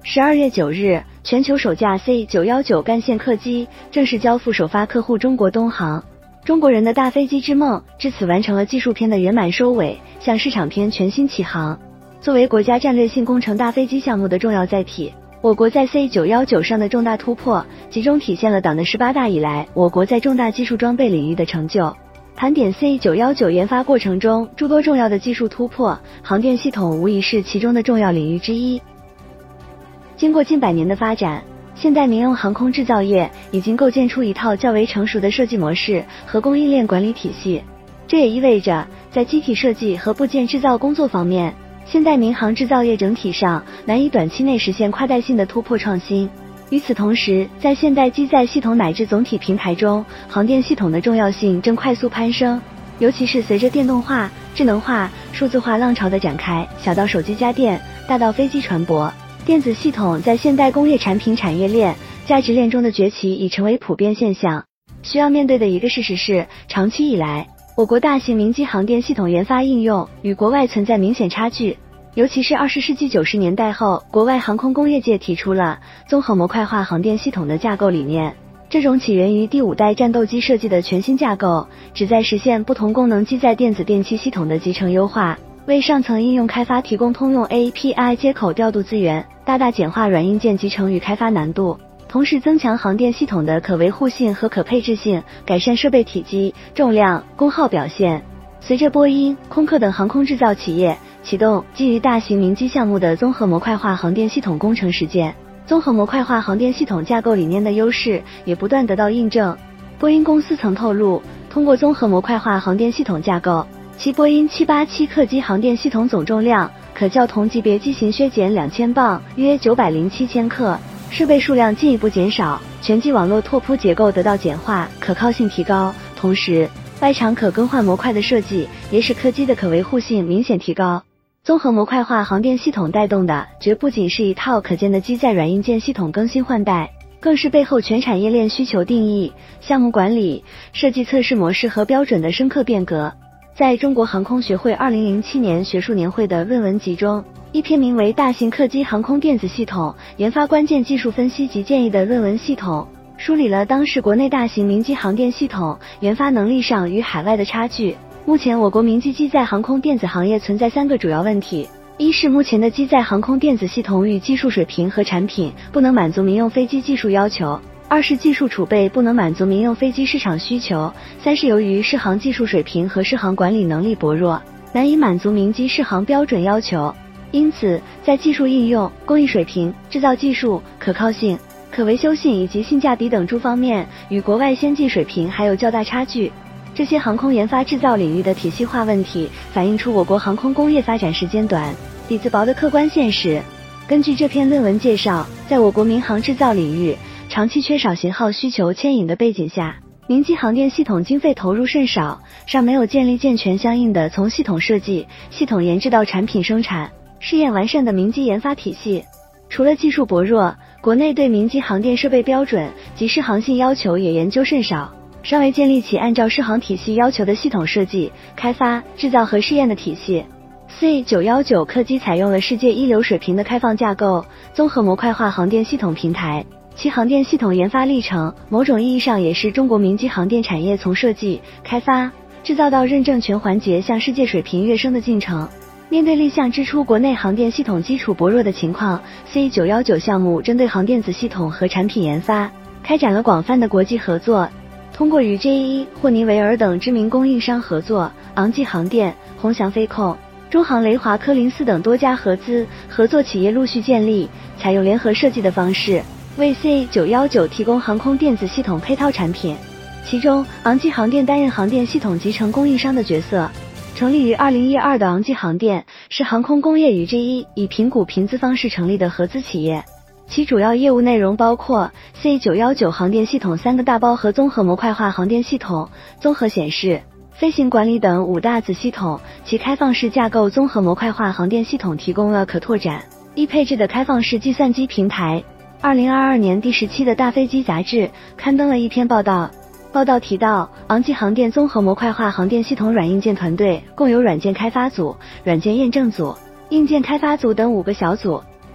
12月9日，全球首架 C919 干线客机正式交付首发客户中国东航。中国人的大飞机之梦至此完成了技术片的圆满收尾，向市场片全新起航。作为国家战略性工程大飞机项目的重要载体，我国在 C919 上的重大突破，集中体现了党的18大以来我国在重大技术装备领域的成就。盘点 C919 研发过程中诸多重要的技术突破，航电系统无疑是其中的重要领域之一。经过近100年的发展，现代民用航空制造业已经构建出一套较为成熟的设计模式和供应链管理体系，这也意味着在机体设计和部件制造工作方面，现代民航制造业整体上难以短期内实现跨代性的突破创新。与此同时，在现代机载系统乃至总体平台中，航电系统的重要性正快速攀升，尤其是随着电动化、智能化、数字化浪潮的展开，小到手机家电，大到飞机船舶，电子系统在现代工业产品产业链、价值链中的崛起已成为普遍现象。需要面对的一个事实是，长期以来，我国大型民机航电系统研发应用与国外存在明显差距，尤其是20世纪90年代后，国外航空工业界提出了综合模块化航电系统的架构理念。这种起源于第5代战斗机设计的全新架构，旨在实现不同功能机载电子电气系统的集成优化，为上层应用开发提供通用 API 接口调度资源，大大简化软硬件集成与开发难度，同时增强航电系统的可维护性和可配置性，改善设备体积、重量、功耗表现。随着波音、空客等航空制造企业启动基于大型民机项目的综合模块化航电系统工程实践，综合模块化航电系统架构理念的优势也不断得到印证。波音公司曾透露，通过综合模块化航电系统架构，其波音787客机航电系统总重量可较同级别机型削减2000磅，约907千克，设备数量进一步减少，全机网络拓扑结构得到简化，可靠性提高，同时外场可更换模块的设计也使客机的可维护性明显提高。综合模块化航电系统带动的绝不仅是一套可见的机载软硬件系统更新换代，更是背后全产业链需求定义、项目管理、设计测试模式和标准的深刻变革。在中国航空学会2007年学术年会的论文集中，一篇名为《大型客机航空电子系统研发关键技术分析及建议》的论文系统，梳理了当时国内大型民机航电系统研发能力上与海外的差距。目前我国民机机载航空电子行业存在3个主要问题：一是目前的机载航空电子系统与技术水平和产品不能满足民用飞机技术要求；二是技术储备不能满足民用飞机市场需求；三是由于适航技术水平和适航管理能力薄弱，难以满足民机适航标准要求。因此，在技术应用、工艺水平、制造技术、可靠性、可维修性以及性价比等诸方面，与国外先进水平还有较大差距。这些航空研发制造领域的体系化问题，反映出我国航空工业发展时间短、底子薄的客观现实。根据这篇论文介绍，在我国民航制造领域长期缺少型号需求牵引的背景下，民机航电系统经费投入甚少，尚没有建立健全相应的从系统设计、系统研制到产品生产、试验完善的民机研发体系。除了技术薄弱，国内对民机航电设备标准及适航性要求也研究甚少，尚未建立起按照适航体系要求的系统设计、开发、制造和试验的体系。C919 客机采用了世界一流水平的开放架构、综合模块化航电系统平台，其航电系统研发历程，某种意义上也是中国民机航电产业从设计、开发、制造到认证全环节向世界水平跃升的进程。面对立项之初国内航电系统基础薄弱的情况， C919 项目针对航电子系统和产品研发，开展了广泛的国际合作。通过与 GE、霍尼韦尔等知名供应商合作，昂基航电、鸿翔飞控、中航雷华科林斯等多家合作企业陆续建立，采用联合设计的方式，为 C919 提供航空电子系统配套产品。其中，昂基航电担任航电系统集成供应商的角色。成立于2012的昂基航电是航空工业与 GE 以评股评资方式成立的合资企业。其主要业务内容包括 C919 航电系统3个大包和综合模块化航电系统、综合显示、飞行管理等5大子系统。其开放式架构综合模块化航电系统提供了可拓展、易配置的开放式计算机平台。2022年第17的大飞机杂志刊登了一篇报道，提到，昂基航电综合模块化航电系统软硬件团队共有软件开发组、软件验证组、硬件开发组等5个小组。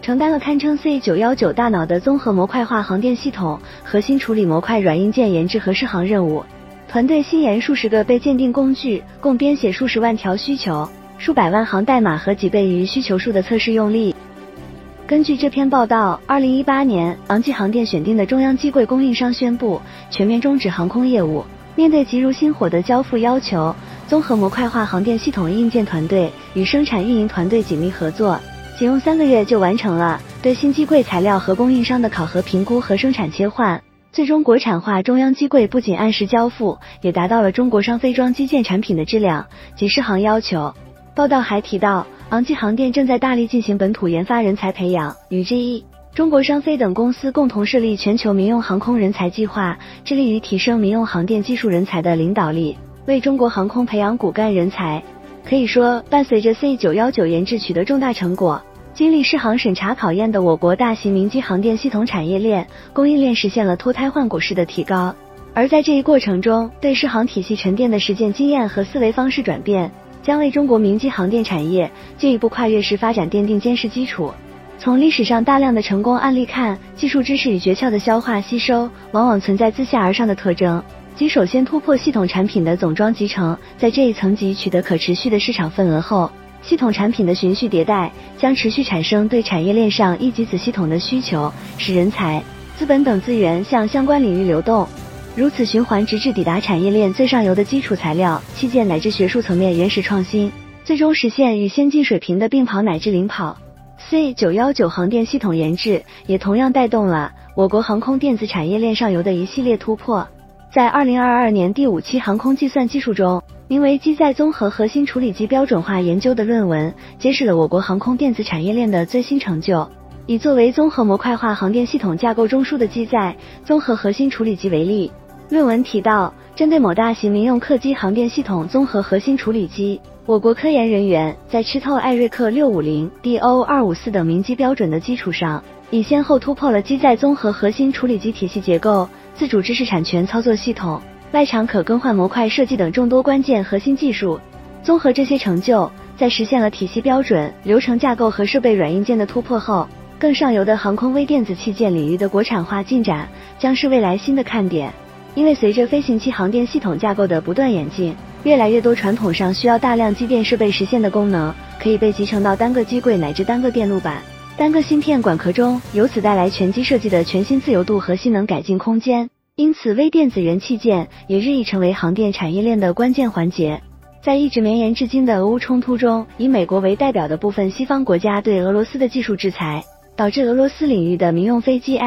承担了堪称 C919 大脑的综合模块化航电系统核心处理模块软硬件研制和试航任务。团队新研数十个被鉴定工具，共编写数十万条需求、数百万行代码和几倍于需求数的测试用例。根据这篇报道，2018年，昂基航电选定的中央机柜供应商宣布全面终止航空业务。面对急如星火的交付要求，综合模块化航电系统硬件团队与生产运营团队紧密合作，仅用3个月就完成了对新机柜材料和供应商的考核评估和生产切换。最终国产化中央机柜不仅按时交付，也达到了中国商飞装机件产品的质量及适航要求。报道还提到，昂基航电正在大力进行本土研发人才培养，与 GE、中国商飞等公司共同设立全球民用航空人才计划，致力于提升民用航电技术人才的领导力，为中国航空培养骨干人才。可以说，伴随着 C919 研制取得重大成果，经历适航审查考验的我国大型民机航电系统产业链供应链实现了脱胎换骨式的提高。而在这一过程中，对适航体系沉淀的实践经验和思维方式转变，将为中国民机航电产业进一步跨越式发展奠定坚实基础。从历史上大量的成功案例看，技术知识与诀窍的消化吸收，往往存在自下而上的特征，即首先突破系统产品的总装集成，在这一层级取得可持续的市场份额后，系统产品的循序迭代将持续产生对产业链上一级子系统的需求，使人才、资本等资源向相关领域流动，如此循环直至抵达产业链最上游的基础材料、器件乃至学术层面原始创新，最终实现与先进水平的并跑乃至领跑。C919 航电系统研制也同样带动了我国航空电子产业链上游的一系列突破。在2022年第5期航空计算技术中，名为《机载综合核心处理机标准化研究》的论文揭示了我国航空电子产业链的最新成就。以作为综合模块化航电系统架构中枢的机载综合核心处理机为例，论文提到，针对某大型民用客机航电系统综合核心处理机，我国科研人员在吃透艾瑞克650、DO254 等民机标准的基础上，已先后突破了机载综合核心处理机体系结构、自主知识产权操作系统、外场可更换模块设计等众多关键核心技术。综合这些成就，在实现了体系标准、流程架构和设备软硬件的突破后，更上游的航空微电子器件领域的国产化进展将是未来新的看点。因为随着飞行器航电系统架构的不断演进，越来越多传统上需要大量机电设备实现的功能，可以被集成到单个机柜乃至单个电路板、单个芯片管壳中，由此带来全机设计的全新自由度和性能改进空间。因此，微电子元器件也日益成为航电产业链的关键环节。在一直绵延至今的俄乌冲突中，以美国为代表的部分西方国家对俄罗斯的技术制裁，导致俄罗斯领域的民用飞机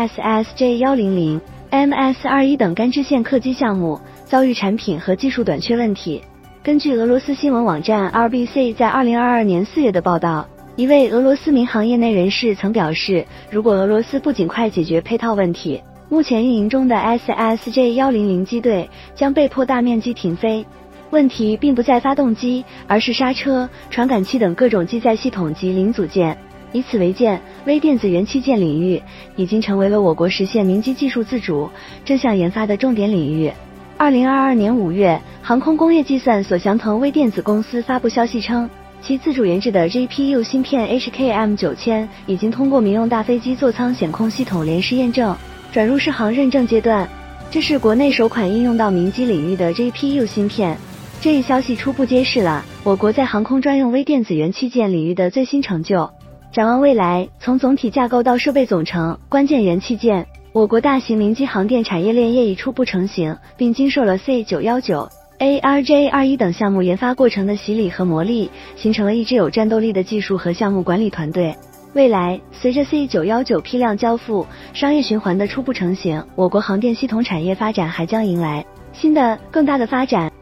SSJ100、MS21 等干支线客机项目遭遇产品和技术短缺问题。根据俄罗斯新闻网站 RBC 在2022年4月的报道，一位俄罗斯民航业内人士曾表示，如果俄罗斯不尽快解决配套问题，目前运营中的 SSJ100 机队将被迫大面积停飞。问题并不在发动机，而是刹车、传感器等各种机载系统及零组件。以此为鉴，微电子元器件领域已经成为了我国实现民机技术自主、正向研发的重点领域。2022年5月，航空工业计算所翔腾微电子公司发布消息称，其自主研制的 GPU 芯片 HKM9000 已经通过民用大飞机座舱显控系统联试验证，转入试航认证阶段。这是国内首款应用到民机领域的 GPU 芯片。这一消息初步揭示了我国在航空专用微电子元器件领域的最新成就。展望未来，从总体架构到设备总成、关键元器件，我国大型民机航电产业链业已初步成型，并经受了 C919、ARJ21 等项目研发过程的洗礼和磨砺，形成了一支有战斗力的技术和项目管理团队。未来，随着 C919 批量交付、商业循环的初步成型，我国航电系统产业发展还将迎来新的、更大的发展。